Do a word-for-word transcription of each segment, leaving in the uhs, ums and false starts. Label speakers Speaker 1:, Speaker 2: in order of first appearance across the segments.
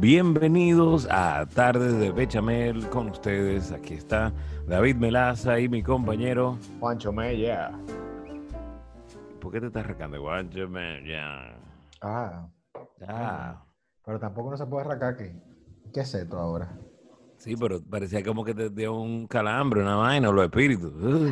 Speaker 1: Bienvenidos a Tardes de Bechamel con ustedes. Aquí está David Melaza y mi compañero
Speaker 2: Juancho Mella.
Speaker 1: ¿Por qué te estás arrancando, Juancho Mella?
Speaker 2: Ah,
Speaker 1: Ah.
Speaker 2: bueno, pero tampoco no se puede arrancar aquí. ¿Qué es esto ahora?
Speaker 1: Sí, pero parecía como que te dio un calambre, una vaina, los espíritus.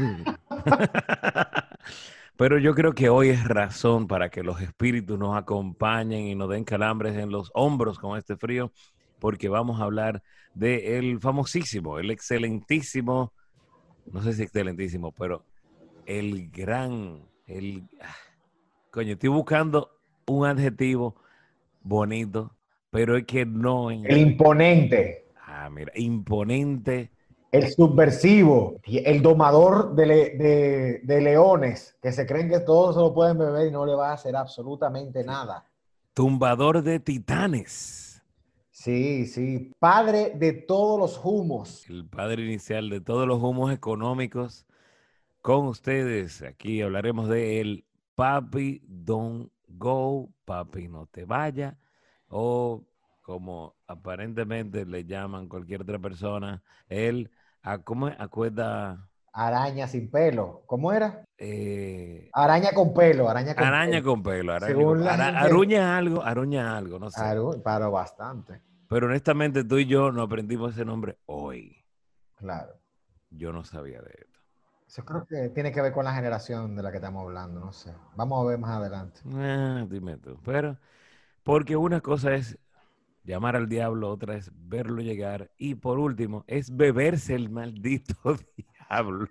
Speaker 1: Pero yo creo que hoy es razón para que los espíritus nos acompañen y nos den calambres en los hombros con este frío, porque vamos a hablar del famosísimo, el excelentísimo, no sé si excelentísimo, pero el gran, el, ah, coño, estoy buscando un adjetivo bonito, pero es que no
Speaker 2: El
Speaker 1: encuentro.
Speaker 2: imponente,
Speaker 1: Ah, mira, imponente.
Speaker 2: el subversivo, el domador de, le- de- de leones, que se creen que todos se lo pueden beber y no le va a hacer absolutamente
Speaker 1: Sí.
Speaker 2: nada.
Speaker 1: Tumbador de titanes.
Speaker 2: Sí, sí, padre de todos los humos.
Speaker 1: El padre inicial de todos los humos económicos. Con ustedes, aquí hablaremos de el Papi Don't Go, Papi No Te Vaya, o como aparentemente le llaman cualquier otra persona, el, a, ¿cómo es? Acuerda,
Speaker 2: Araña sin pelo. ¿Cómo era?
Speaker 1: eh,
Speaker 2: Araña con pelo, araña con
Speaker 1: araña
Speaker 2: pelo.
Speaker 1: con pelo, araña con
Speaker 2: Según
Speaker 1: pelo,
Speaker 2: la
Speaker 1: ara-
Speaker 2: gente,
Speaker 1: aruña algo, aruña algo, no sé.
Speaker 2: Aru- pero bastante,
Speaker 1: Pero honestamente tú y yo no aprendimos ese nombre hoy.
Speaker 2: claro.
Speaker 1: Yo no sabía de esto.
Speaker 2: Eso creo que tiene que ver con la generación de la que estamos hablando, no sé. Vamos a ver más adelante.
Speaker 1: Ah, dime tú. Pero, porque una cosa es llamar al diablo, otra es verlo llegar, y por último, es beberse el maldito diablo.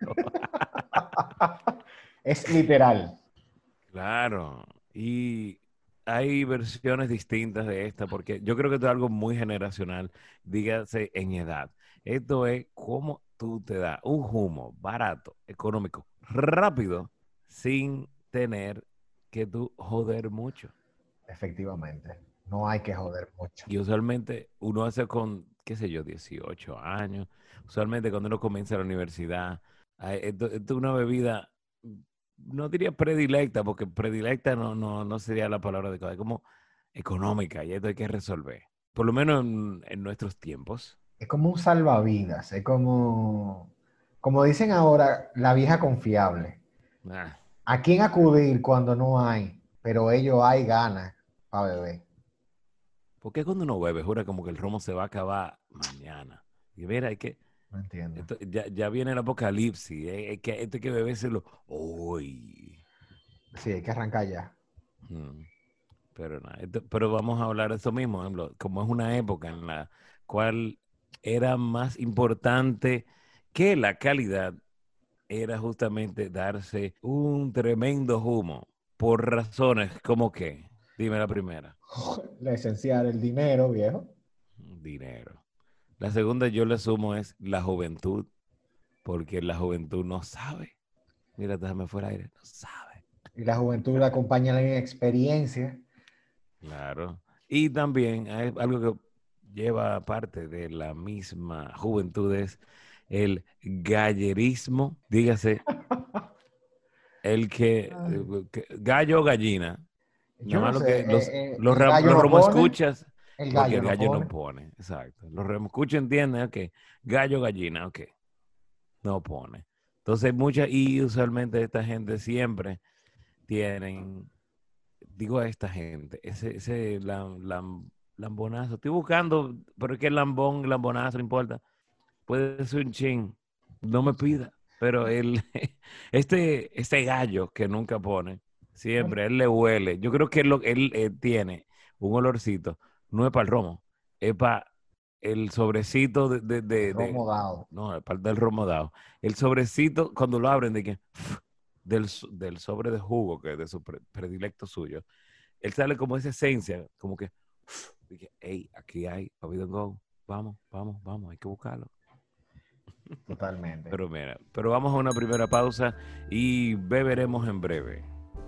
Speaker 2: Es literal.
Speaker 1: Claro. Y hay versiones distintas de esta, porque yo creo que esto es algo muy generacional, dígase en edad. Esto es cómo tú te das un humo barato, económico, rápido, sin tener que tú joder mucho.
Speaker 2: Efectivamente. No hay que joder mucho.
Speaker 1: Y usualmente uno hace con, qué sé yo, dieciocho años. Usualmente cuando uno comienza la universidad, hay- esto, esto es una bebida, no diría predilecta, porque predilecta no, no, no sería la palabra adecuada, es como económica, y esto hay que resolver. Por lo menos en, en nuestros tiempos.
Speaker 2: Es como un salvavidas. Es como, como dicen ahora, la vieja confiable.
Speaker 1: Ah,
Speaker 2: ¿A quién acudir cuando no hay? Pero ellos hay ganas para beber.
Speaker 1: porque cuando uno bebe, jura como que el romo se va a acabar mañana. Y mira, hay que,
Speaker 2: No entiendo.
Speaker 1: esto- ya, ya viene el apocalipsis, eh, es que esto hay que bebérselo hoy.
Speaker 2: Sí, hay que arrancar ya.
Speaker 1: Mm. Pero, nada, esto- pero vamos a hablar de eso mismo, por ejemplo, como es una época en la cual era más importante que la calidad, era justamente darse un tremendo humo, por razones como que, dime la primera,
Speaker 2: La esencial, el dinero, viejo.
Speaker 1: dinero. La segunda yo le sumo es la juventud, porque la juventud no sabe. Mira, déjame fuera aire, no sabe.
Speaker 2: Y la juventud la acompaña la experiencia.
Speaker 1: Claro. Y también hay algo que lleva parte de la misma juventud es el gallerismo, dígase, el que,
Speaker 2: Ay.
Speaker 1: eh, que- gallo o gallina,
Speaker 2: Yo
Speaker 1: nada
Speaker 2: no
Speaker 1: más lo
Speaker 2: sé,
Speaker 1: que los,
Speaker 2: eh, eh,
Speaker 1: los,
Speaker 2: el
Speaker 1: ram-
Speaker 2: gallo
Speaker 1: los
Speaker 2: no pone,
Speaker 1: escuchas,
Speaker 2: el
Speaker 1: porque
Speaker 2: gallo
Speaker 1: el
Speaker 2: no
Speaker 1: gallo no
Speaker 2: pone.
Speaker 1: pone, exacto. Los escuchas entienden, ok, gallo, gallina, ok, no pone. Entonces, mucha, y usualmente esta gente siempre tienen, digo a esta gente, ese, ese lam- lam- lambonazo. Estoy buscando, pero es que el lambón, lambonazo, no importa. Puede ser un chin, no me pida. Pero él, este, este gallo que nunca pone, siempre, él le huele. Yo creo que él, lo- él eh, tiene un olorcito, no es para el romo, es para el sobrecito de, de,
Speaker 2: El
Speaker 1: de, de-
Speaker 2: romo dado.
Speaker 1: no, es para el del romo dado. El sobrecito, cuando lo abren, de que, del, so- del sobre de jugo, que es de su pre- predilecto suyo, él sale como esa esencia, como que, dije, hey, aquí hay Papi Don't Go, vamos, vamos, vamos, hay que buscarlo.
Speaker 2: Totalmente.
Speaker 1: Pero mira, pero vamos a una primera pausa y beberemos en breve.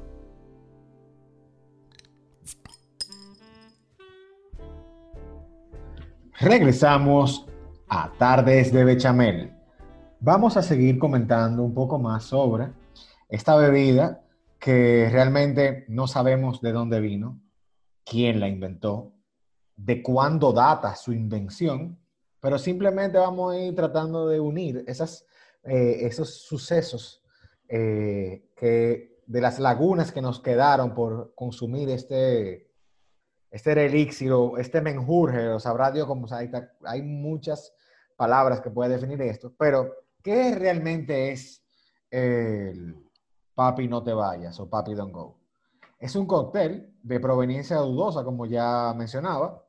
Speaker 2: Regresamos a Tardes de Bechamel. Vamos a seguir comentando un poco más sobre esta bebida que realmente no sabemos de dónde vino, quién la inventó, de cuándo data su invención, pero simplemente vamos a ir tratando de unir esas, eh, esos sucesos eh, que, de las lagunas que nos quedaron por consumir este, este elixir, este menjurje, o sabrá Dios cómo, o sea, hay, hay muchas palabras que puede definir esto, pero ¿qué realmente es el Papi No Te Vayas o Papi Don't Go? Es un cóctel de proveniencia dudosa, como ya mencionaba,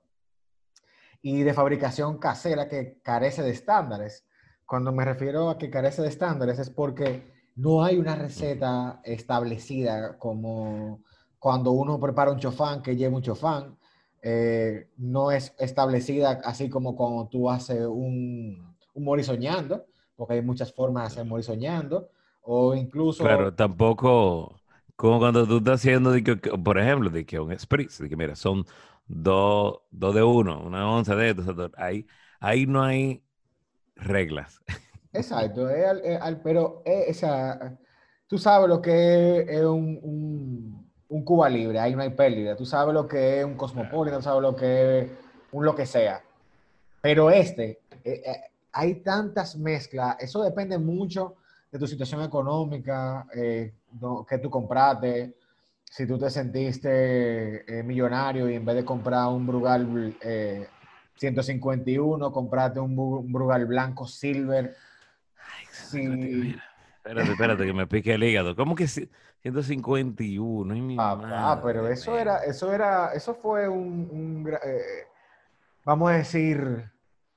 Speaker 2: y de fabricación casera que carece de estándares. Cuando me refiero a que carece de estándares es porque no hay una receta establecida como cuando uno prepara un chofán que lleva un chofán. Eh, no es establecida así como cuando tú haces un, un morisoñando, porque hay muchas formas de hacer morisoñando, o incluso...
Speaker 1: Claro, tampoco como cuando tú estás haciendo, de que, que- por ejemplo, de que un spritz, de que mira, son dos, dos de uno, una onza de esto, o sea, do- ahí, ahí no hay reglas.
Speaker 2: Exacto, es al- es al- pero es, esa, tú sabes lo que es, es un, un, un Cuba Libre, ahí no hay pérdida. Tú sabes lo que es un
Speaker 1: Claro.
Speaker 2: Cosmopolitan, tú sabes lo que es un lo que sea. Pero este, eh, eh, hay tantas mezclas, eso depende mucho de tu situación económica, eh, no- que tú compraste, si tú te sentiste eh, millonario y en vez de comprar un Brugal eh, ciento cincuenta y uno, compraste un, Bu- un Brugal blanco Silver.
Speaker 1: Ay, espérate,
Speaker 2: Sí,
Speaker 1: mira, espérate, espérate, que me pique el hígado. ¿Cómo que si- ciento cincuenta y uno? Ay, mi
Speaker 2: papá, pero
Speaker 1: madre,
Speaker 2: eso era,
Speaker 1: men.
Speaker 2: eso era, eso fue un, un gra- eh, vamos a decir,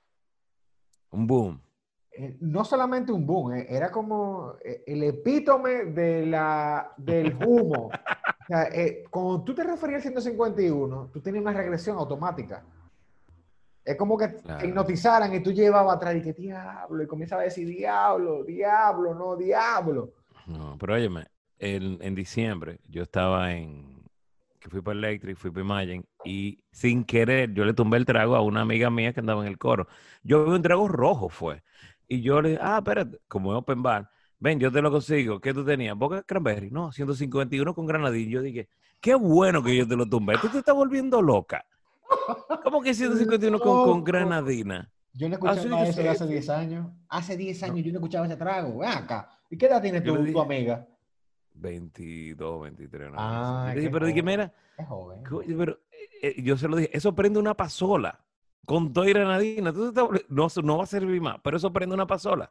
Speaker 1: Un boom.
Speaker 2: eh, no solamente un boom, eh, era como eh, el epítome de la, del humo. O sea, eh, cuando tú te referías al ciento cincuenta y uno, tú tenías una regresión automática. Es como que te
Speaker 1: Claro.
Speaker 2: hipnotizaran y tú llevabas atrás y que diablo, y comienzas a decir diablo, diablo, no, diablo.
Speaker 1: No, pero óyeme, en, en diciembre yo estaba en, que fui para Electric, fui para Imagine, y sin querer yo le tumbé el trago a una amiga mía que andaba en el coro. Yo vi un trago rojo, fue. Y yo le dije, ah, espérate, como es open bar, ven, yo te lo consigo. ¿Qué tú tenías? Boca Cranberry. No, ciento cincuenta y uno con granadín. Yo dije, qué bueno que yo te lo tumbé. Tú te estás volviendo loca. ¿Cómo que ciento cincuenta y uno con, con
Speaker 2: Loco.
Speaker 1: granadina?
Speaker 2: Yo no
Speaker 1: Así de
Speaker 2: escuchaba
Speaker 1: que
Speaker 2: eso
Speaker 1: sí,
Speaker 2: de hace
Speaker 1: sí.
Speaker 2: diez años. Hace diez
Speaker 1: No,
Speaker 2: años yo no escuchaba ese trago. Ven acá. ¿Y qué edad tiene
Speaker 1: yo le
Speaker 2: tu, tu
Speaker 1: dije
Speaker 2: amiga?
Speaker 1: veintidós, veintitrés, una vaina así. Yo
Speaker 2: Ah,
Speaker 1: le dije,
Speaker 2: qué
Speaker 1: pero dije,
Speaker 2: joven.
Speaker 1: mira,
Speaker 2: Es joven, es
Speaker 1: coño,
Speaker 2: joven.
Speaker 1: pero eh, eh, yo se lo dije, eso prende una pasola con todo y granadina. Entonces no, no va a servir más, pero eso prende una pasola.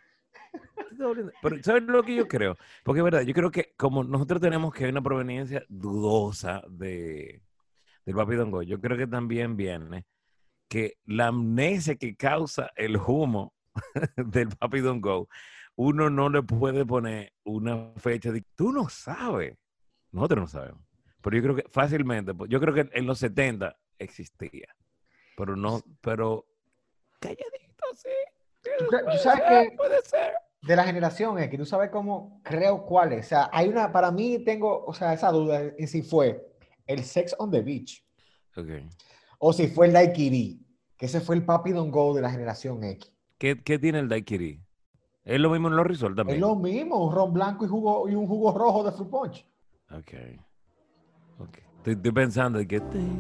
Speaker 1: Pero ¿sabes lo que yo creo? Porque es verdad, yo creo que como nosotros tenemos que hay una proveniencia dudosa de, del Papi Don Go, yo creo que también viene que la amnesia que causa el humo del Papi Don't Go, uno no le puede poner una fecha de tú no sabes. Nosotros no sabemos. Pero yo creo que fácilmente, pues, yo creo que en los setenta existía. Pero no, pero calladito, sí.
Speaker 2: ¿Tú, cre- tú
Speaker 1: Puede
Speaker 2: sabes
Speaker 1: ser,
Speaker 2: que
Speaker 1: puede ser.
Speaker 2: de la generación es que tú sabes cómo creo cuál es? O sea, hay una, para mí tengo, o sea, esa duda en si fue el Sex on the Beach
Speaker 1: Ok.
Speaker 2: o si fue el Daiquiri, que ese fue el Papi Don't Go de la generación X.
Speaker 1: ¿Qué, qué tiene el daiquiri? Es lo mismo en los resorts
Speaker 2: Es
Speaker 1: también.
Speaker 2: lo mismo, un ron blanco y, jugo, y un jugo rojo de fruit punch.
Speaker 1: Ok, ok. Estoy, estoy pensando de que...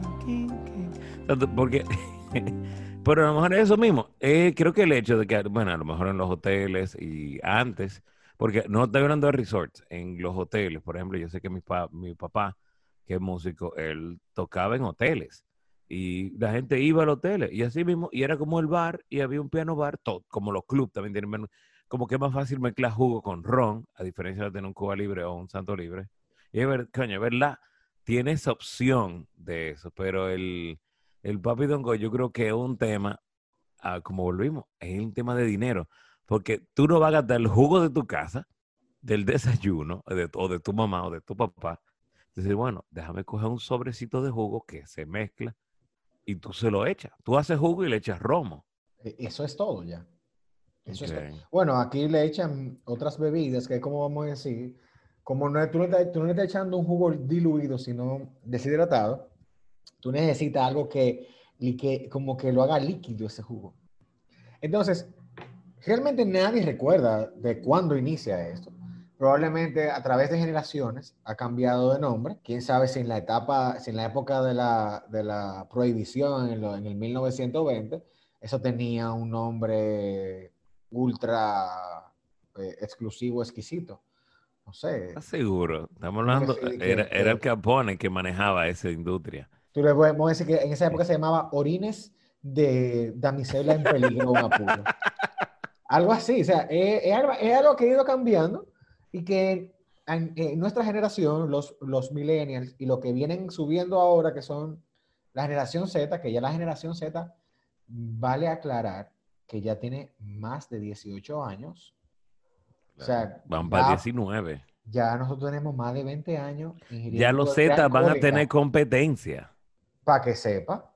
Speaker 1: Tanto porque... Pero a lo mejor es eso mismo. Eh, creo que el hecho de que, bueno, a lo mejor en los hoteles y antes, porque no estoy hablando de resorts, en los hoteles, por ejemplo, yo sé que mi, pa- mi papá, que es músico, él tocaba en hoteles y la gente iba a los hoteles y así mismo, y era como el bar y había un piano bar, todo, como los clubs también tienen menú, como que es más fácil mezclar jugo con ron, a diferencia de tener un Cuba Libre o un Santo Libre. Y es ver, coño, es verdad, tiene esa opción de eso, pero el el Papi Don Go, yo creo que es un tema, ah, como volvimos, es un tema de dinero. Porque tú no vas a gastar el jugo de tu casa, del desayuno, de, o de tu mamá o de tu papá. Decir, bueno, déjame coger un sobrecito de jugo que se mezcla y tú se lo echas. Tú haces jugo y le echas romo.
Speaker 2: E- Eso es todo ya. Eso
Speaker 1: Ok.
Speaker 2: es todo. Bueno, aquí le echan otras bebidas que, como vamos a decir, como no, tú, no estás, tú no le estás echando un jugo diluido, sino deshidratado, tú necesitas algo que, y que como que lo haga líquido ese jugo. Entonces, realmente nadie recuerda de cuándo inicia esto, probablemente a través de generaciones ha cambiado de nombre. Quién sabe si en la etapa, si en la época de la, de la prohibición, en, lo, en el mil novecientos veinte, eso tenía un nombre ultra eh, exclusivo, exquisito. No sé,
Speaker 1: ¿Estás seguro? Estamos
Speaker 2: vamos a
Speaker 1: hablando,
Speaker 2: decir
Speaker 1: era,
Speaker 2: que,
Speaker 1: era el
Speaker 2: que
Speaker 1: Capone que manejaba esa industria.
Speaker 2: tú le puedes- vamos a decir que en esa época se llamaba Orines de Damisela en peligro o en apuro. Algo así, o sea, es, es algo, es algo que ha ido cambiando y que en, en nuestra generación, los, los millennials y lo que vienen subiendo ahora, que son la generación Z, que ya la generación Z, vale aclarar que ya tiene más de dieciocho años. O
Speaker 1: Claro,
Speaker 2: sea,
Speaker 1: van para
Speaker 2: ya,
Speaker 1: diecinueve.
Speaker 2: ya nosotros tenemos más de veinte años
Speaker 1: Ya
Speaker 2: ingiriendo
Speaker 1: los
Speaker 2: bebida
Speaker 1: Z van a tener
Speaker 2: alcohólica,
Speaker 1: competencia.
Speaker 2: para que sepa.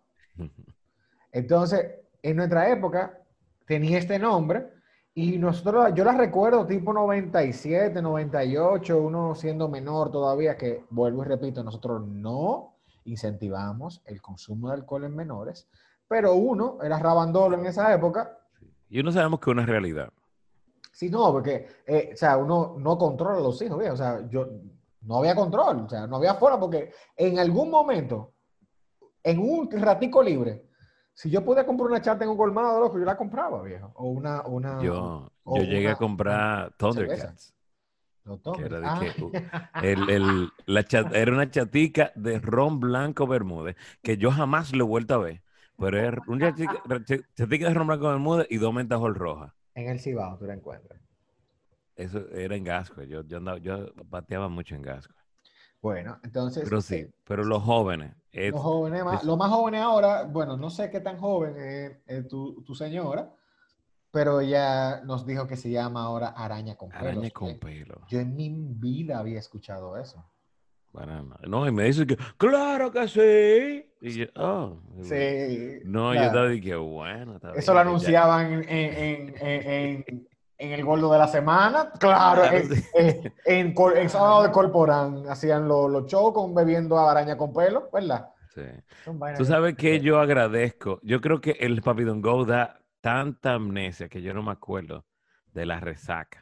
Speaker 2: Entonces, en nuestra época tenía este nombre y nosotros, yo la recuerdo tipo noventa y siete, noventa y ocho, uno siendo menor todavía, que vuelvo y repito, nosotros no incentivamos el consumo de alcohol en menores, pero uno era rabandolo en esa época.
Speaker 1: Y no sabemos que es una realidad.
Speaker 2: Sí, no, porque, eh, o sea, uno no controla a los hijos, ¿bien? O sea, yo no había control, o sea, no había forma, porque en algún momento, en un ratico libre, si yo podía comprar una chata en un colmado, loco, yo la compraba, viejo. O una, una, o,
Speaker 1: Yo,
Speaker 2: o
Speaker 1: yo llegué a
Speaker 2: una, una
Speaker 1: comprar
Speaker 2: cerveza.
Speaker 1: Thundercats,
Speaker 2: Los
Speaker 1: que
Speaker 2: Tommy.
Speaker 1: era de
Speaker 2: Ah.
Speaker 1: que uh, el, el- la chat- era una chatica de ron blanco Bermúdez, que yo jamás lo he vuelto a ver. Pero era una chatica, chatica de ron blanco Bermúdez y dos mentajol rojas.
Speaker 2: En el Cibao tú la encuentras.
Speaker 1: Eso era en Gasco. Yo, yo, andaba, yo pateaba mucho en Gasco.
Speaker 2: Bueno, entonces,
Speaker 1: Pero sí,
Speaker 2: eh,
Speaker 1: pero los jóvenes,
Speaker 2: los
Speaker 1: es,
Speaker 2: jóvenes, más,
Speaker 1: es
Speaker 2: los más jóvenes ahora, bueno, no sé qué tan joven es, es tu, tu señora, pero ella nos dijo que se llama ahora araña con
Speaker 1: araña
Speaker 2: pelos. Yo,
Speaker 1: con pelo.
Speaker 2: yo en mi vida había escuchado eso.
Speaker 1: Para nada. No, y me dice que, claro que sí. Y yo, oh, y bueno.
Speaker 2: Sí,
Speaker 1: No, yo estaba
Speaker 2: claro.
Speaker 1: de que, bueno, está
Speaker 2: Eso lo
Speaker 1: bien. Yo ya,
Speaker 2: anunciaban en, en, en, en, en el Gordo de la Semana. Claro,
Speaker 1: claro,
Speaker 2: en,
Speaker 1: sí.
Speaker 2: en, en, Cor- en Sábado de Corporán hacían los los shows con bebiendo a araña con pelo, ¿verdad?
Speaker 1: Sí.
Speaker 2: Son vainas
Speaker 1: Tú
Speaker 2: que no
Speaker 1: sabes
Speaker 2: tienen
Speaker 1: que
Speaker 2: que ver.
Speaker 1: yo agradezco. Yo creo que el Papi Don Go da tanta amnesia que yo no me acuerdo de la resaca.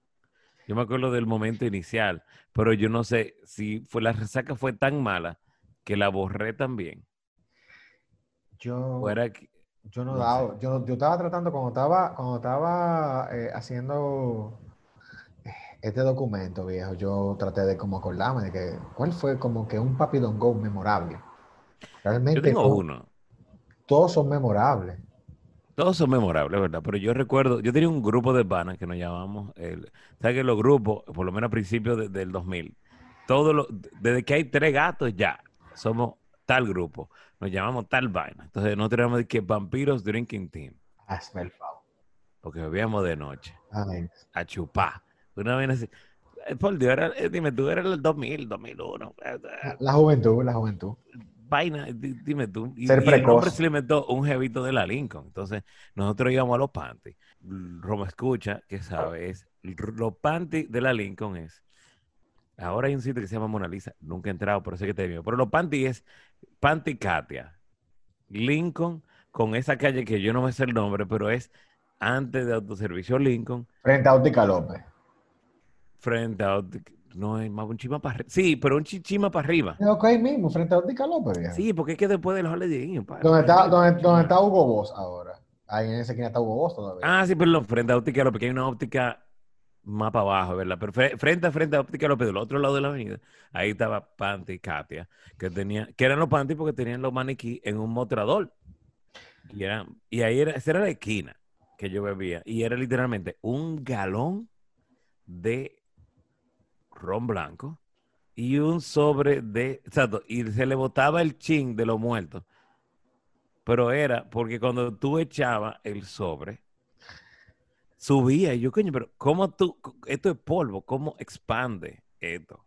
Speaker 1: Yo me acuerdo del momento inicial, pero yo no sé si fue la resaca fue tan mala que la borré también. O
Speaker 2: Yo,
Speaker 1: era que,
Speaker 2: yo no
Speaker 1: no sé.
Speaker 2: daba, yo, yo estaba tratando, cuando estaba, cuando estaba eh, haciendo este documento, viejo, yo traté de como acordarme de que, ¿cuál fue como que un Papi Don Go memorable?
Speaker 1: Yo
Speaker 2: Realmente
Speaker 1: tengo
Speaker 2: no,
Speaker 1: uno.
Speaker 2: todos son memorables.
Speaker 1: Todos son memorables, ¿verdad? Pero yo recuerdo, yo tenía un grupo de panas que nos llamamos, el, ¿sabes que los grupos, por lo menos a principios de- del dos mil, todos los, desde que hay tres gatos ya, somos tal grupo, nos llamamos tal vaina. Entonces nosotros éramos de que Vampiros Drinking Team,
Speaker 2: Hazme el favor.
Speaker 1: porque bebíamos de noche,
Speaker 2: Ay,
Speaker 1: a chupar. Una vaina así. Eh, Por Dios, era, eh, dime tú, era el dos mil, dos mil uno. eh,
Speaker 2: la,
Speaker 1: eh,
Speaker 2: la juventud, la juventud.
Speaker 1: Vaina, di- dime tú.
Speaker 2: Ser
Speaker 1: Y, y el nombre
Speaker 2: precoz.
Speaker 1: se le inventó un jevito de la Lincoln. Entonces, nosotros íbamos a los panties. Roma escucha, que sabe, es los panties de la Lincoln es. Ahora hay un sitio que se llama Mona Lisa. Nunca he entrado, pero sé que te digo. Pero los panties es Panty Katia. Lincoln, con esa calle que yo no me sé el nombre, pero es antes de Autoservicio Lincoln,
Speaker 2: Frente a Óptica López.
Speaker 1: frente a. No, es más un chima para arriba. Sí, pero un chichima para arriba.
Speaker 2: Ok, ahí mismo, frente a Óptica López, viejo.
Speaker 1: Sí, porque es que después de los Holiday Inn, para,
Speaker 2: Donde
Speaker 1: para
Speaker 2: está,
Speaker 1: arriba, un
Speaker 2: donde,
Speaker 1: chin
Speaker 2: donde
Speaker 1: más.
Speaker 2: está Hugo Boss ahora. Ahí en esa esquina está Hugo Boss todavía.
Speaker 1: Ah, sí, pero no, frente a óptica López, que hay una óptica más para abajo, ¿verdad? Pero fre- frente a frente a óptica López, del otro lado de la avenida, ahí estaba Panty Katia, que tenía, que eran los Panty porque tenían los maniquí en un mostrador. Y, eran, y ahí era, esa era la esquina que yo bebía. Y era literalmente un galón de ron blanco y un sobre de, exacto, y se le botaba el chin de los muertos. Pero era porque cuando tú echabas el sobre, subía y yo, coño, pero ¿cómo tú? Esto es polvo, ¿cómo expande esto?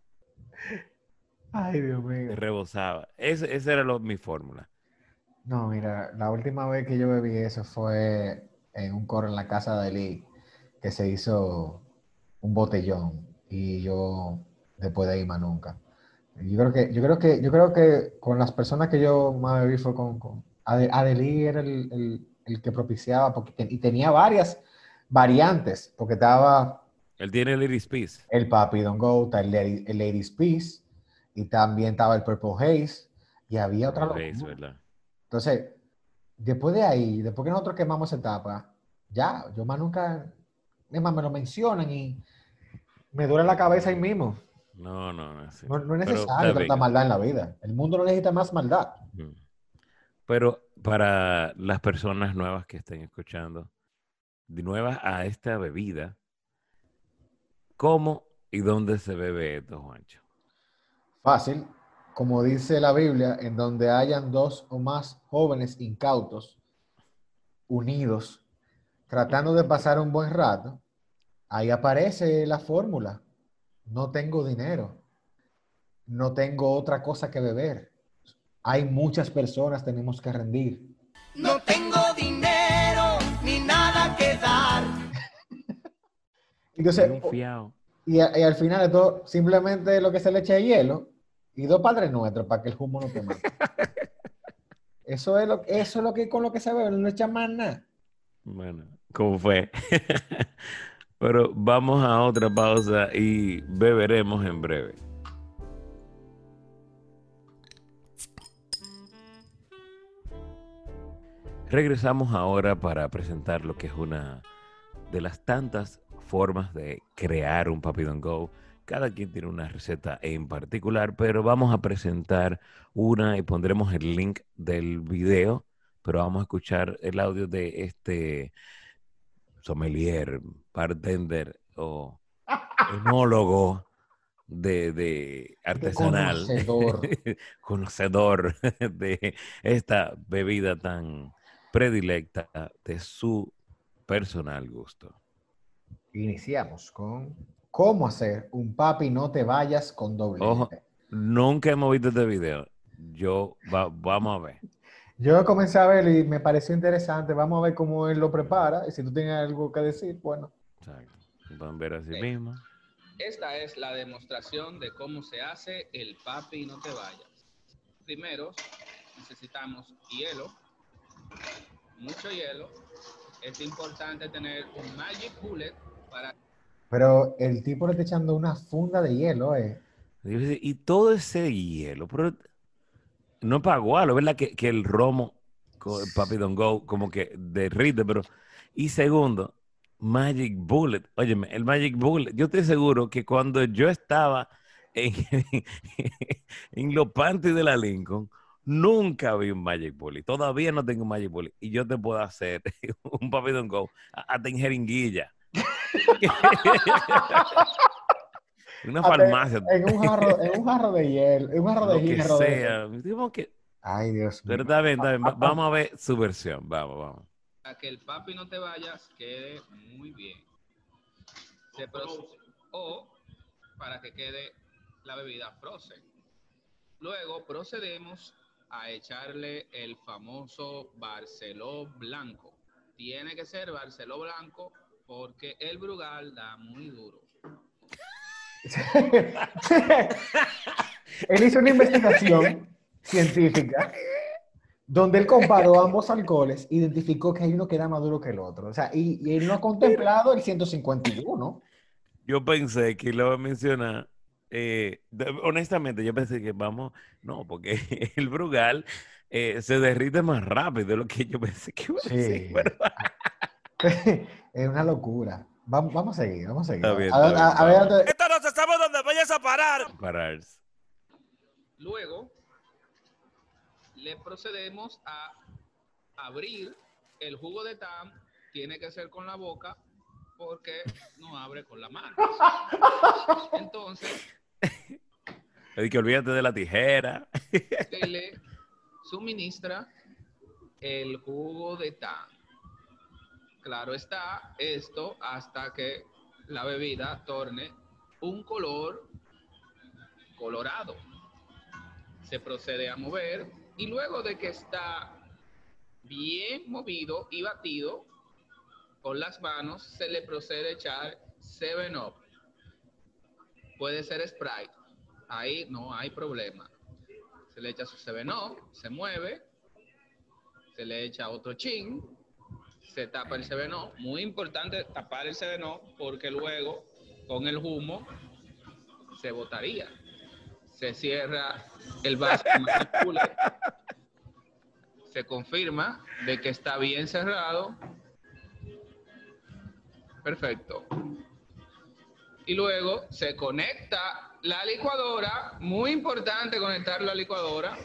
Speaker 2: Ay, Dios mío.
Speaker 1: Rebosaba. Ese, esa era lo- mi fórmula.
Speaker 2: No, mira, la última vez que yo bebí eso fue en un coro en la casa de Lee, que se hizo un botellón y yo después de ahí más nunca. Yo creo que, yo creo que, yo creo que con las personas que yo más bebí fue con, con Ade- Adelí era el, el- el que propiciaba porque ten- y tenía varias variantes, porque estaba
Speaker 1: Él tiene el Iris Peace.
Speaker 2: El Papi Don't Go, está el, Lady- el Ladies Peace, y también estaba el Purple Haze, y había otra
Speaker 1: Purple Haze,
Speaker 2: locura.
Speaker 1: ¿verdad?
Speaker 2: Entonces, después de ahí, después que nosotros quemamos esa etapa, ya, yo más nunca, es más, me lo mencionan y me duele la cabeza ahí mismo.
Speaker 1: No, no, no, sí.
Speaker 2: No, no es
Speaker 1: Pero
Speaker 2: necesario
Speaker 1: está
Speaker 2: tanta
Speaker 1: bien.
Speaker 2: maldad en la vida. El mundo no necesita más maldad.
Speaker 1: Mm. Pero para las personas nuevas que estén escuchando, de nuevas a esta bebida, ¿cómo y dónde se bebe esto, Juancho?
Speaker 2: Fácil, como dice la Biblia, en donde hayan dos o más jóvenes incautos unidos tratando de pasar un buen rato, ahí aparece la fórmula. No tengo dinero, no tengo otra cosa que beber. Hay muchas personas, tenemos que rendir.
Speaker 3: No tengo dinero ni nada que dar.
Speaker 2: Entonces,
Speaker 1: Ni un fiao.
Speaker 2: y, a- y al final de todo, simplemente lo que se le echa es hielo y dos padres nuestros para que el humo no te mate. Eso es lo, eso es lo que con lo que se bebe, no le echan más nada.
Speaker 1: Bueno, ¿cómo fue? Pero vamos a otra pausa y beberemos en breve. Regresamos ahora para presentar lo que es una de las tantas formas de crear un Papi Don't Go. Cada quien tiene una receta en particular, pero vamos a presentar una y pondremos el link del video, pero vamos a escuchar el audio de este sommelier, bartender o enólogo de, de
Speaker 2: Qué
Speaker 1: artesanal,
Speaker 2: conocedor.
Speaker 1: conocedor de esta bebida tan predilecta de su personal gusto.
Speaker 2: Iniciamos con cómo hacer un papi no te vayas con doble
Speaker 1: Ojo,
Speaker 2: L.
Speaker 1: nunca hemos visto este video. Yo, va- vamos a ver.
Speaker 2: Yo comencé a verlo y me pareció interesante. Vamos a ver cómo él lo prepara. Y si tú tienes algo que decir, bueno.
Speaker 1: Exacto. Van a ver así
Speaker 4: Ok.
Speaker 1: mismo.
Speaker 4: Esta es la demostración de cómo se hace el papi no te vayas. Primero necesitamos hielo, mucho hielo. Es importante tener un Magic Bullet para
Speaker 2: Pero el tipo le está echando una funda de hielo, eh.
Speaker 1: Y yo decía, y todo ese hielo, pero no es para gualo, ¿verdad? Que, que el romo, co- el Papi Don't Go, como que derrite, pero... Y segundo, Magic Bullet. Óyeme, el Magic Bullet, yo estoy seguro que cuando yo estaba en, en los panties de la Lincoln, nunca vi un Magic Bullet. Todavía no tengo un Magic Bullet. Y yo te puedo hacer un Papi Don't Go a- hasta en jeringuilla. Una
Speaker 2: Hasta
Speaker 1: farmacia,
Speaker 2: en un jarro, en un jarro de hielo, en un jarro de
Speaker 1: lo que
Speaker 2: hierro de eso.
Speaker 1: sea. Digo que...
Speaker 2: Ay, Dios
Speaker 1: Pero
Speaker 2: mío.
Speaker 1: está bien, está bien. Va- Vamos a ver su versión. Vamos, vamos.
Speaker 4: que el papi no te vayas quede muy bien. Se pro- o para que quede la bebida frozen. Luego procedemos a echarle el famoso Barceló blanco. Tiene que ser Barceló blanco porque el Brugal da muy duro.
Speaker 2: Él hizo una investigación científica donde él comparó ambos alcoholes, identificó que hay uno que da más duro que el otro. O sea, y, y él no ha contemplado el ciento cincuenta y uno.
Speaker 1: Yo pensé que lo iba a mencionar. eh, de- honestamente, yo pensé que vamos. No, porque el Brugal eh, se derrite más rápido de lo que yo pensé que iba a decir.
Speaker 2: Sí.
Speaker 1: Pero
Speaker 2: Es una locura. Vamos, vamos a seguir, vamos a seguir.
Speaker 1: está
Speaker 2: A,
Speaker 1: bien,
Speaker 2: a-
Speaker 1: está
Speaker 2: a-
Speaker 1: bien.
Speaker 2: a ver,
Speaker 1: Vamos.
Speaker 2: antes-
Speaker 3: Esto no se sabe dónde vayas a parar.
Speaker 1: Pararse.
Speaker 4: Luego le procedemos a abrir el jugo de tam. Tiene que ser con la boca porque no abre con la mano. Entonces
Speaker 1: Así que olvídate de la tijera.
Speaker 4: se le suministra el jugo de tam. Claro está, esto hasta que la bebida torne un color colorado. Se procede a mover y luego de que está bien movido y batido con las manos, se le procede a echar seven up. Puede ser Sprite. Ahí no hay problema. Se le echa su seven up, se mueve, se le echa otro chin, se tapa el seven up. Muy importante tapar el seven up porque luego con el humo se botaría. Se cierra el vaso Magic Bullet, se confirma de que está bien cerrado. Perfecto. Y luego se conecta la licuadora. Muy importante conectar la licuadora.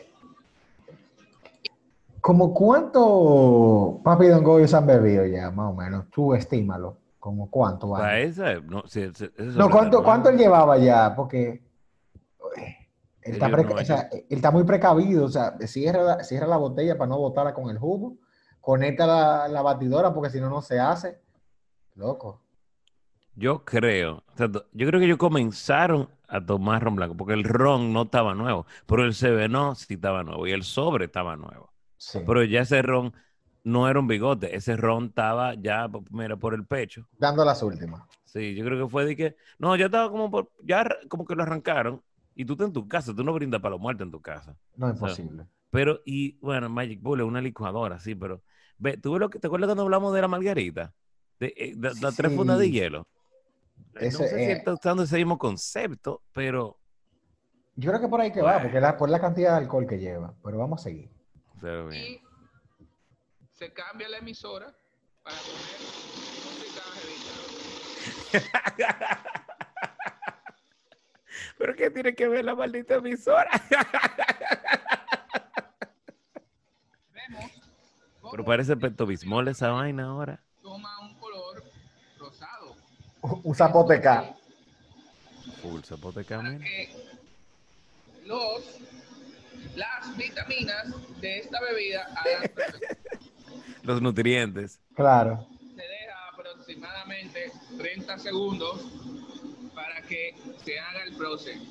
Speaker 2: ¿Cómo cuánto Papi Don Goyo se han bebido ya, más o menos? Tú estímalo. ¿Cómo cuánto va?
Speaker 1: Para esa, no, si, si, ese
Speaker 2: No,
Speaker 1: sobre
Speaker 2: ¿cuánto,
Speaker 1: está
Speaker 2: cuánto él
Speaker 1: nuevo.
Speaker 2: llevaba ya? Porque eh, él está,
Speaker 1: Ellos
Speaker 2: pre-
Speaker 1: no,
Speaker 2: o sea, él está muy precavido. O sea, cierra la, cierra la botella para no botarla con el jugo. Conecta la, la batidora porque si no, no se hace. Loco.
Speaker 1: Yo creo, o sea, yo creo que ellos comenzaron a tomar ron blanco, porque el ron no estaba nuevo, pero el Sevenó sí estaba nuevo y el sobre estaba nuevo.
Speaker 2: Sí.
Speaker 1: Pero ya ese ron no era un bigote, ese ron estaba ya, mira, por el pecho.
Speaker 2: Dando las últimas.
Speaker 1: Sí, yo creo que fue de que, no, ya estaba como por, ya arra- como que lo arrancaron y tú estás en tu casa, tú no brindas para los muertos en tu casa.
Speaker 2: No es
Speaker 1: O sea,
Speaker 2: posible.
Speaker 1: pero, y bueno, Magic Bullet, una licuadora, sí, pero, ve, ¿tú ves lo que, te acuerdas cuando hablamos de la margarita? De, eh, de- de las tres fundas de
Speaker 2: Sí.
Speaker 1: hielo. Eh, No
Speaker 2: Ese,
Speaker 1: sé si
Speaker 2: eh,
Speaker 1: está usando ese mismo concepto, pero,
Speaker 2: yo creo que por ahí que va,
Speaker 1: bueno,
Speaker 2: porque la, por la cantidad de alcohol que lleva. Pero vamos a seguir.
Speaker 1: pero bien.
Speaker 4: Y se cambia la emisora para poner música angelical.
Speaker 1: ¿Pero qué tiene que ver la maldita emisora?
Speaker 4: Vemos cómo
Speaker 1: Pero parece Pepto Bismol esa vaina ahora.
Speaker 4: toma un color rosado.
Speaker 2: Un zapote K.
Speaker 1: Full zapote
Speaker 4: Para
Speaker 1: camino.
Speaker 4: que los, las vitaminas de esta bebida hagan
Speaker 1: Los nutrientes.
Speaker 2: Claro.
Speaker 4: se deja aproximadamente treinta segundos para que se haga el proceso.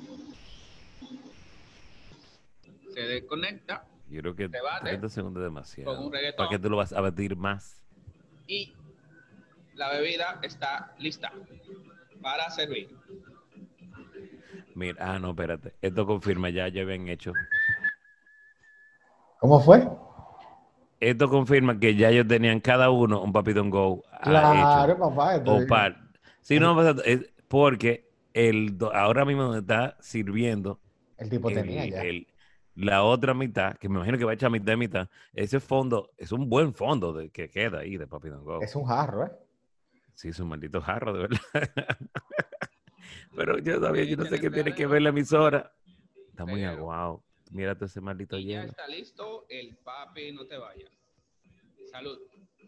Speaker 4: Se desconecta
Speaker 1: Yo creo que
Speaker 4: Debate.
Speaker 1: treinta segundos es demasiado.
Speaker 4: Con un reggaetón.
Speaker 1: ¿Para qué tú lo vas a batir más?
Speaker 4: y la bebida está lista para servir.
Speaker 1: Mira, ah, no, espérate. Esto confirma, ya, ya habían hecho.
Speaker 2: ¿Cómo fue?
Speaker 1: Esto confirma que ya ellos tenían cada uno un Papi Don't Go ah,
Speaker 2: Claro,
Speaker 1: hecho.
Speaker 2: papá.
Speaker 1: O
Speaker 2: Esto,
Speaker 1: par. Sí, no, pues, es porque el, do- ahora mismo donde está sirviendo
Speaker 2: el tipo
Speaker 1: el,
Speaker 2: tenía ya.
Speaker 1: el- la otra mitad, que me imagino que va a echar mitad de mitad, ese fondo es un buen fondo de, que queda ahí de Papi Don't Go.
Speaker 2: Es un jarro, ¿eh?
Speaker 1: Sí, es un maldito jarro, de verdad. Pero yo todavía, yo no sé
Speaker 4: Echen
Speaker 1: qué tiene
Speaker 4: este
Speaker 1: que
Speaker 4: arreglo.
Speaker 1: ver la emisora. Está muy
Speaker 4: Pero-
Speaker 1: aguado. Mírate ese maldito
Speaker 4: Y ya
Speaker 1: hielo.
Speaker 4: está listo el papi, no te vayas. Salud.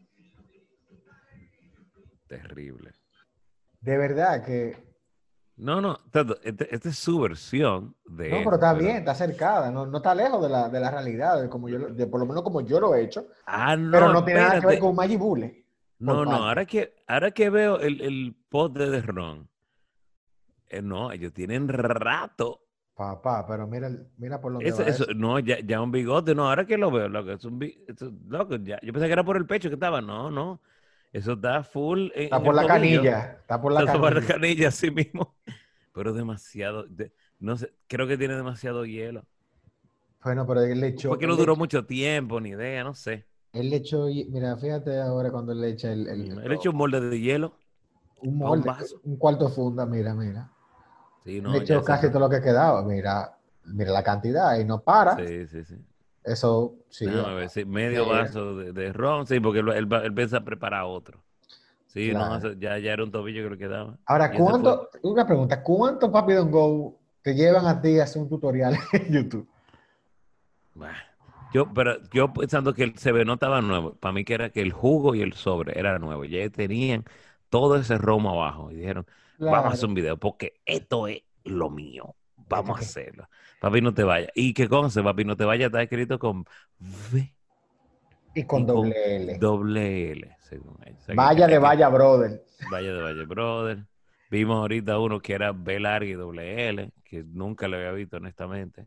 Speaker 1: Terrible.
Speaker 2: De verdad que.
Speaker 1: No, no, Tato, este- esta es su versión de
Speaker 2: No,
Speaker 1: eso,
Speaker 2: pero está bien, está cercada, no, no está lejos de la, de la realidad, de como yo, lo- de, por lo menos como yo lo he hecho,
Speaker 1: Ah, no,
Speaker 2: pero no tiene nada que ver
Speaker 1: espérate.
Speaker 2: con Maggi Bullet.
Speaker 1: No,
Speaker 2: por
Speaker 1: no,
Speaker 2: parte.
Speaker 1: ahora que, ahora que veo el, el pote de ron, eh, no, ellos tienen rato.
Speaker 2: Papá, pero mira, el- mira por dónde
Speaker 1: Eso,
Speaker 2: va
Speaker 1: eso,
Speaker 2: eso.
Speaker 1: no, ya, ya un bigote, no, ahora que lo veo, loco, es un bi- eso, loco, ya, yo pensé que era por el pecho que estaba, no, no, eso está full en,
Speaker 2: Está
Speaker 1: en
Speaker 2: por
Speaker 1: el
Speaker 2: la
Speaker 1: tobillo.
Speaker 2: canilla, está por la
Speaker 1: Está por la
Speaker 2: canilla.
Speaker 1: canilla así mismo, pero demasiado, de- no sé, creo que tiene demasiado hielo.
Speaker 2: Bueno, pero él le echó,
Speaker 1: Fue que
Speaker 2: él
Speaker 1: no
Speaker 2: le
Speaker 1: duró
Speaker 2: echó,
Speaker 1: mucho tiempo, ni idea, no sé.
Speaker 2: él le echó, y- mira, fíjate ahora cuando él le echa el, el-
Speaker 1: Mm,
Speaker 2: el-
Speaker 1: Él echó un molde de hielo
Speaker 2: un
Speaker 1: a un
Speaker 2: molde,
Speaker 1: vaso.
Speaker 2: un cuarto funda, mira, mira.
Speaker 1: Sí,
Speaker 2: Él
Speaker 1: no,
Speaker 2: le
Speaker 1: ya
Speaker 2: echó
Speaker 1: ese
Speaker 2: casi
Speaker 1: ron.
Speaker 2: todo lo que quedaba, mira, mira la cantidad y no para.
Speaker 1: Sí, sí, sí.
Speaker 2: Eso sí.
Speaker 1: Déjame ver, sí, medio
Speaker 2: de-
Speaker 1: vaso de, de ron, sí, porque él, él, va- él piensa preparar otro. Sí, no,
Speaker 2: Claro.
Speaker 1: eso ya, ya era un tobillo que le quedaba.
Speaker 2: Ahora,
Speaker 1: Y ese fue,
Speaker 2: ¿cuánto? Una pregunta, ¿cuántos Papi Don't Go te llevan a ti a hacer un tutorial en YouTube?
Speaker 1: bah, yo, pero yo pensando que el C B no estaba nuevo, para mí que era que el jugo y el sobre era nuevo, ya tenían todo ese romo abajo y dijeron, vamos a hacer
Speaker 2: Claro.
Speaker 1: un video porque esto es lo mío, vamos a
Speaker 2: qué?
Speaker 1: hacerlo. Papi, no te vayas. Y que conste, papi, no te vayas, está escrito con V
Speaker 2: Y
Speaker 1: y
Speaker 2: con
Speaker 1: con
Speaker 2: doble L.
Speaker 1: doble L, según ellos. O sea, que-
Speaker 2: Vaya
Speaker 1: que-
Speaker 2: de
Speaker 1: que-
Speaker 2: vaya, brother.
Speaker 1: Vaya de Valle Brother. Vimos ahorita uno que era B larga y doble L, que nunca lo había visto, honestamente.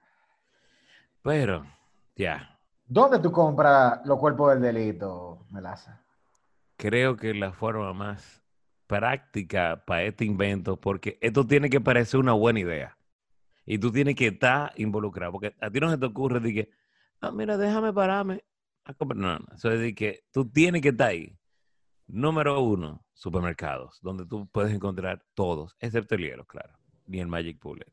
Speaker 1: Pero, ya,
Speaker 2: ¿Dónde tú compras los cuerpos del delito, Melaza?
Speaker 1: creo que la forma más práctica para este invento, porque esto tiene que parecer una buena idea. Y tú tienes que estar involucrado, porque a ti no se te ocurre de que, ah, mira, déjame pararme a comprar. No, no, eso es de que tú tienes que estar ahí. Número uno, supermercados, donde tú puedes encontrar todos, excepto el hielo, claro, ni el Magic Bullet.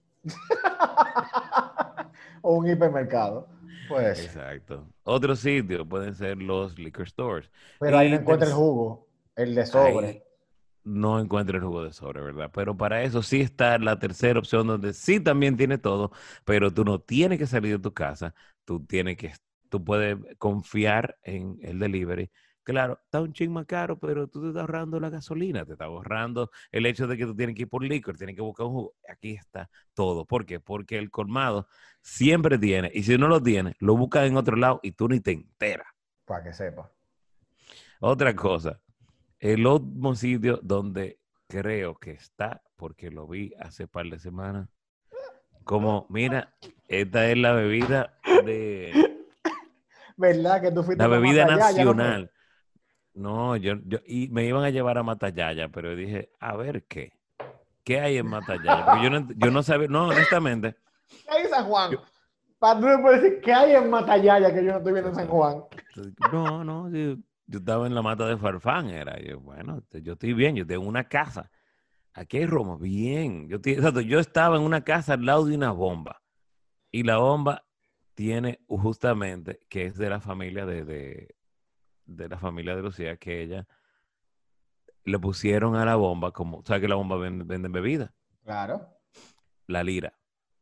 Speaker 2: O un hipermercado. Pues.
Speaker 1: Exacto. Otro sitio pueden ser los liquor stores.
Speaker 2: Pero ahí no
Speaker 1: Y
Speaker 2: encuentra el
Speaker 1: ter-
Speaker 2: jugo, el de sobre.
Speaker 1: ahí no encuentro el jugo de sobre, ¿verdad? Pero para eso sí está la tercera opción donde sí también tiene todo, pero tú no tienes que salir de tu casa, tú tienes que, tú puedes confiar en el delivery. Claro, está un ching más caro, pero tú te estás ahorrando la gasolina, te estás ahorrando el hecho de que tú tienes que ir por licor, tienes que buscar un jugo. Aquí está todo. ¿Por qué? Porque el colmado siempre tiene, y si no lo tiene, lo buscas en otro lado y tú ni te enteras.
Speaker 2: Para que sepa.
Speaker 1: Otra cosa, el último sitio donde creo que está, porque lo vi hace par de semanas, como, mira, esta es la bebida de,
Speaker 2: ¿Verdad que tú fuiste
Speaker 1: la
Speaker 2: para
Speaker 1: bebida
Speaker 2: Matallaya, ya no fue?
Speaker 1: nacional. No, yo, yo, y me iban a llevar a Matallaya, pero dije, a ver qué, qué hay en Matallaya, porque yo no, ent- yo no sabía, no, honestamente,
Speaker 2: ¿Qué hay en San Juan?
Speaker 1: yo-
Speaker 2: Para tú me puedes decir, ¿qué hay en Matallaya que yo no estoy viendo en San Juan?
Speaker 1: no, no, yo, yo estaba en la mata de Farfán, era, yo, bueno, yo estoy bien, yo tengo una casa. Aquí hay romo, bien. Yo, ti- exacto, yo estaba en una casa al lado de una bomba. Y la bomba tiene justamente, que es de la familia de, de, de la familia de Lucía, que ella le pusieron a la bomba como, ¿sabes que la bomba vende, venden bebida?
Speaker 2: Claro.
Speaker 1: La lira.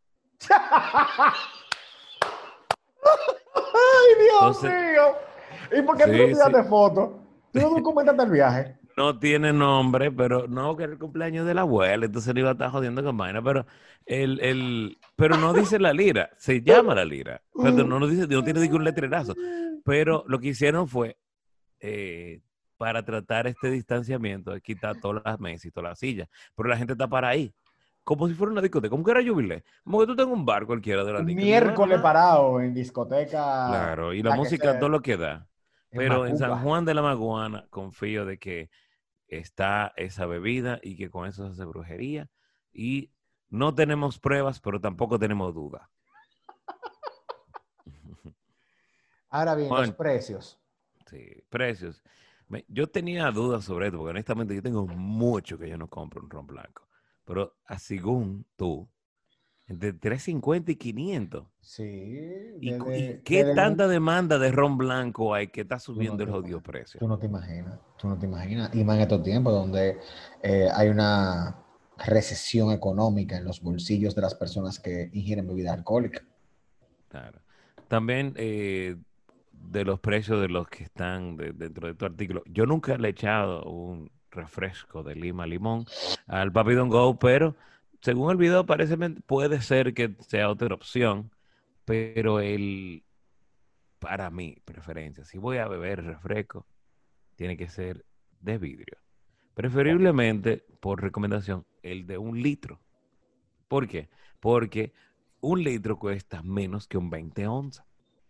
Speaker 2: ¡Ay, Dios
Speaker 1: Entonces,
Speaker 2: mío! ¿Y por qué tú no
Speaker 1: sí, sí.
Speaker 2: tiraste foto? ¿Tú no documentaste el viaje?
Speaker 1: No tiene nombre, pero no, que era el cumpleaños de la abuela, entonces le iba a estar jodiendo con vaina, pero el, el, pero no dice la lira, se llama la lira. Pero no, no dice, no tiene ni que un letrerazo. Pero lo que hicieron fue, eh, para tratar este distanciamiento, es quitar todas las mesas y todas las sillas. Pero la gente está para ahí, como si fuera una discoteca, como que era jubilé. Como que tú tengas un bar cualquiera de la
Speaker 2: Un
Speaker 1: discoteca. Y bueno,
Speaker 2: miércoles
Speaker 1: nada.
Speaker 2: parado en discoteca,
Speaker 1: Claro, y la
Speaker 2: la que
Speaker 1: música
Speaker 2: sea,
Speaker 1: todo lo que da.
Speaker 2: en
Speaker 1: Pero en San
Speaker 2: Macuca.
Speaker 1: Juan de la Maguana confío de que está esa bebida y que con eso se hace brujería. Y no tenemos pruebas, pero tampoco tenemos duda.
Speaker 2: Ahora bien, los
Speaker 1: Juan,
Speaker 2: precios.
Speaker 1: sí, precios. Me- yo tenía dudas sobre esto, porque honestamente yo tengo mucho que yo no compro un ron blanco. Pero a según tú, entre trescientos cincuenta y quinientos.
Speaker 2: Sí,
Speaker 1: ¿Y, cu- y
Speaker 2: desde,
Speaker 1: qué
Speaker 2: desde un-
Speaker 1: tanta demanda de ron blanco hay que está
Speaker 2: tú no
Speaker 1: subiendo el
Speaker 2: te
Speaker 1: jodido
Speaker 2: imaginas,
Speaker 1: precio?
Speaker 2: tú no te imaginas, tú no te imaginas. Y más en estos tiempos donde eh, hay una recesión económica en los bolsillos de las personas que ingieren bebida alcohólica.
Speaker 1: Claro. También eh, de los precios de los que están de- dentro de tu artículo. Yo nunca le he echado un refresco de lima limón al Papi Don't Go, pero según el video parece men- puede ser que sea otra opción, pero el para mi preferencia, si voy a beber refresco, tiene que ser de vidrio. Preferiblemente, por recomendación, el de un litro. ¿Por qué? Porque un litro cuesta menos que un veinte onzas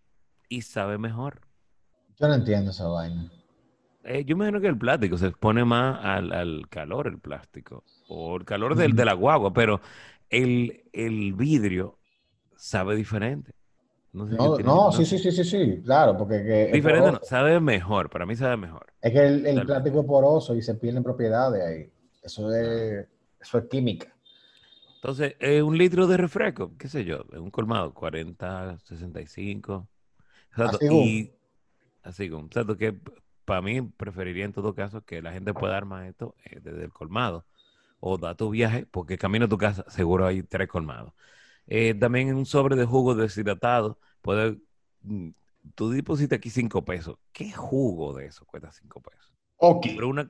Speaker 1: y sabe mejor.
Speaker 2: Yo no entiendo esa vaina.
Speaker 1: Eh, yo me imagino que el plástico se expone más al, al calor, el plástico, o el calor del,
Speaker 2: Ujú.
Speaker 1: de la guagua, pero el, el vidrio sabe diferente. No sé si
Speaker 2: No,
Speaker 1: tiene,
Speaker 2: no,
Speaker 1: no
Speaker 2: sí, sí,
Speaker 1: sé.
Speaker 2: sí, sí, sí, claro, porque que es
Speaker 1: Diferente no,
Speaker 2: poroso.
Speaker 1: sabe mejor, para mí sabe mejor,
Speaker 2: Es que el, el plástico
Speaker 1: totalmente.
Speaker 2: es poroso y se pierden propiedades ahí. Eso
Speaker 1: Claro.
Speaker 2: es, eso es química.
Speaker 1: Entonces, eh, un litro de refresco, qué sé yo, en un colmado, cuarenta, sesenta y cinco. Exacto,
Speaker 2: Así, boom.
Speaker 1: y así como, exacto, que para mí preferiría en todo caso que la gente pueda armar esto eh, desde el colmado o da tu viaje, porque camino a tu casa seguro hay tres colmados. Eh, también en un sobre de jugo deshidratado, puede, mm, tú depositas aquí cinco pesos. ¿Qué jugo de eso cuesta cinco pesos?
Speaker 2: Ok.
Speaker 1: Pero una,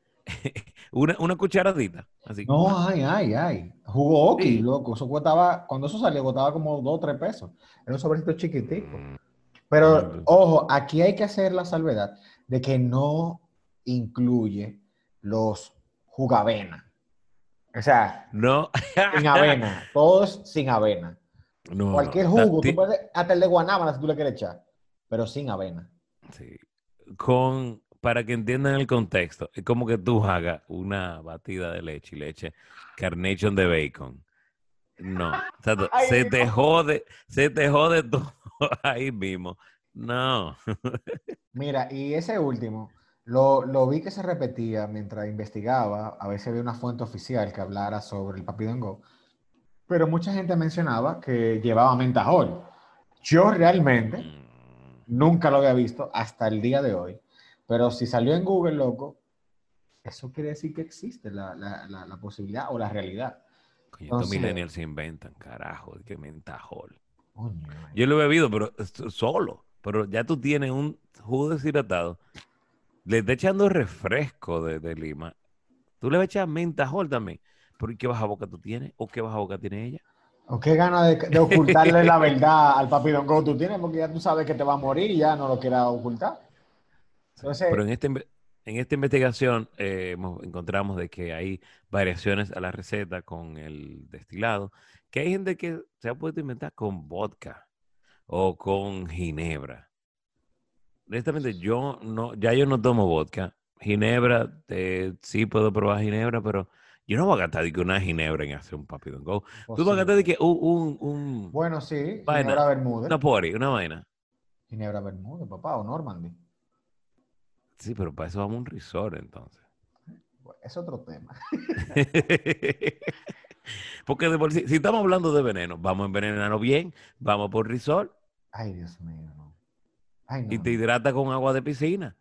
Speaker 1: una, una cucharadita, así.
Speaker 2: No,
Speaker 1: ¡pa!
Speaker 2: ay, ay, ay. Jugo Oki,
Speaker 1: Sí.
Speaker 2: loco. Eso costaba, cuando eso salió, costaba como dos o tres pesos. Era un sobrecito chiquitico.
Speaker 1: Mm,
Speaker 2: Pero,
Speaker 1: mm,
Speaker 2: ojo, aquí hay que hacer la salvedad de que no incluye los jugavena. O sea,
Speaker 1: no,
Speaker 2: sin avena. Todos sin avena.
Speaker 1: no, no.
Speaker 2: Cualquier
Speaker 1: Ta-
Speaker 2: jugo, tú
Speaker 1: ti-
Speaker 2: puedes, hasta el de guanábana si tú le quieres echar, pero sin avena.
Speaker 1: sí. Con, para que entiendan el contexto, es como que tú hagas una batida de leche y leche Carnation de bacon. No, exacto,
Speaker 2: Ay,
Speaker 1: se te
Speaker 2: Dios.
Speaker 1: jode, se te jode todo ahí mismo. No.
Speaker 2: Mira, y ese último, Lo, lo vi que se repetía mientras investigaba, a veces había una fuente oficial que hablara sobre el Papidongo, pero mucha gente mencionaba que llevaba mentajol. Yo realmente
Speaker 1: Mm,
Speaker 2: nunca lo había visto hasta el día de hoy, pero si salió en Google, loco, eso quiere decir que existe la, la, la, la posibilidad o la realidad.
Speaker 1: coño, estos
Speaker 2: Entonces,
Speaker 1: millennials se inventan, carajo, que mentajol.
Speaker 2: coño,
Speaker 1: Yo lo he bebido, pero es- solo. Pero ya tú tienes un jugo deshidratado. Le está echando refresco de, de Lima. Tú le vas a echar mentajol también. ¿Pero qué baja boca tú tienes? ¿O qué baja boca tiene ella?
Speaker 2: o qué ganas de, de ocultarle la verdad al Papidongo tú tienes, porque ya tú sabes que te va a morir y ya no lo quieras ocultar.
Speaker 1: Sí. Pero
Speaker 2: Entonces,
Speaker 1: en, este, inve- en esta investigación eh, hemos- encontramos de que hay variaciones a la receta con el destilado, que hay gente que se ha podido inventar con vodka o con ginebra. Honestamente, yo no, ya yo no tomo vodka. Ginebra, eh, sí puedo probar ginebra, pero yo no voy a gastar de que una ginebra en hacer un papidón go. Tú vas a gastar de
Speaker 2: posible.
Speaker 1: que un, un, un
Speaker 2: Bueno, sí,
Speaker 1: vaina,
Speaker 2: Ginebra Bermúdez.
Speaker 1: una pori, una vaina.
Speaker 2: Ginebra Bermúdez, papá, o Normandy.
Speaker 1: Sí, pero para eso vamos a un resort entonces.
Speaker 2: Bueno, es otro tema.
Speaker 1: Porque de por sí, si estamos hablando de veneno, vamos a envenenarnos bien, vamos por resort
Speaker 2: Ay, Dios mío, no. Ay,
Speaker 1: y
Speaker 2: no,
Speaker 1: te
Speaker 2: no.
Speaker 1: hidrata con agua de piscina.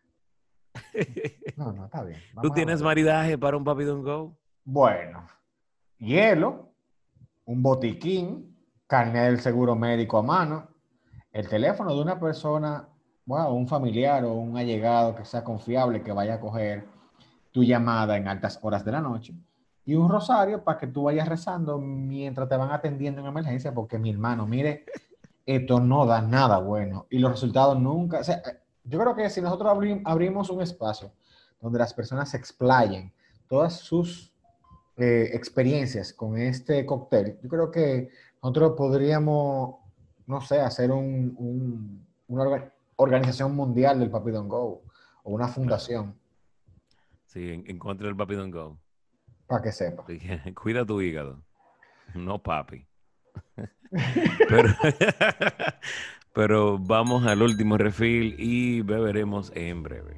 Speaker 2: No, no, está bien.
Speaker 1: ¿Tú
Speaker 2: Vamos a
Speaker 1: tienes
Speaker 2: ver.
Speaker 1: maridaje para un papidón go?
Speaker 2: Bueno, hielo, un botiquín, carnet del seguro médico a mano, el teléfono de una persona, bueno, un familiar o un allegado que sea confiable que vaya a coger tu llamada en altas horas de la noche y un rosario para que tú vayas rezando mientras te van atendiendo en emergencia, porque mi hermano, mire, esto no da nada bueno y los resultados nunca, o sea, yo creo que si nosotros abri- abrimos un espacio donde las personas se explayen todas sus eh, experiencias con este cóctel, yo creo que nosotros podríamos, no sé, hacer un, un- una orga- organización mundial del Papidón Go o una
Speaker 1: Claro.
Speaker 2: fundación
Speaker 1: Sí, en, en contra del papidón go.
Speaker 2: para que sepa.
Speaker 1: Dije, cuida tu hígado. No, papi. Pero, pero vamos al último refill y beberemos en breve.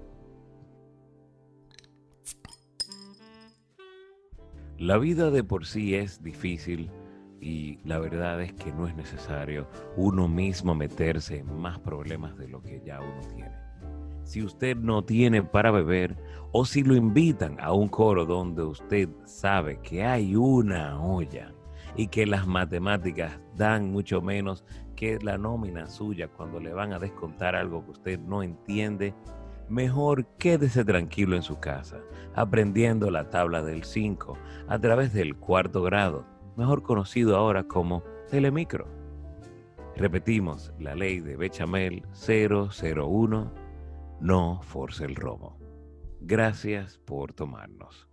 Speaker 1: La vida de por sí es difícil y la verdad es que no es necesario uno mismo meterse en más problemas de lo que ya uno tiene. Si usted no tiene para beber o si lo invitan a un coro donde usted sabe que hay una olla y que las matemáticas dan mucho menos que la nómina suya cuando le van a descontar algo que usted no entiende, mejor quédese tranquilo en su casa, aprendiendo la tabla del cinco a través del cuarto grado, mejor conocido ahora como telemicro. Repetimos la ley de Bechamel cero cero uno. No force el romo. Gracias por tomarnos.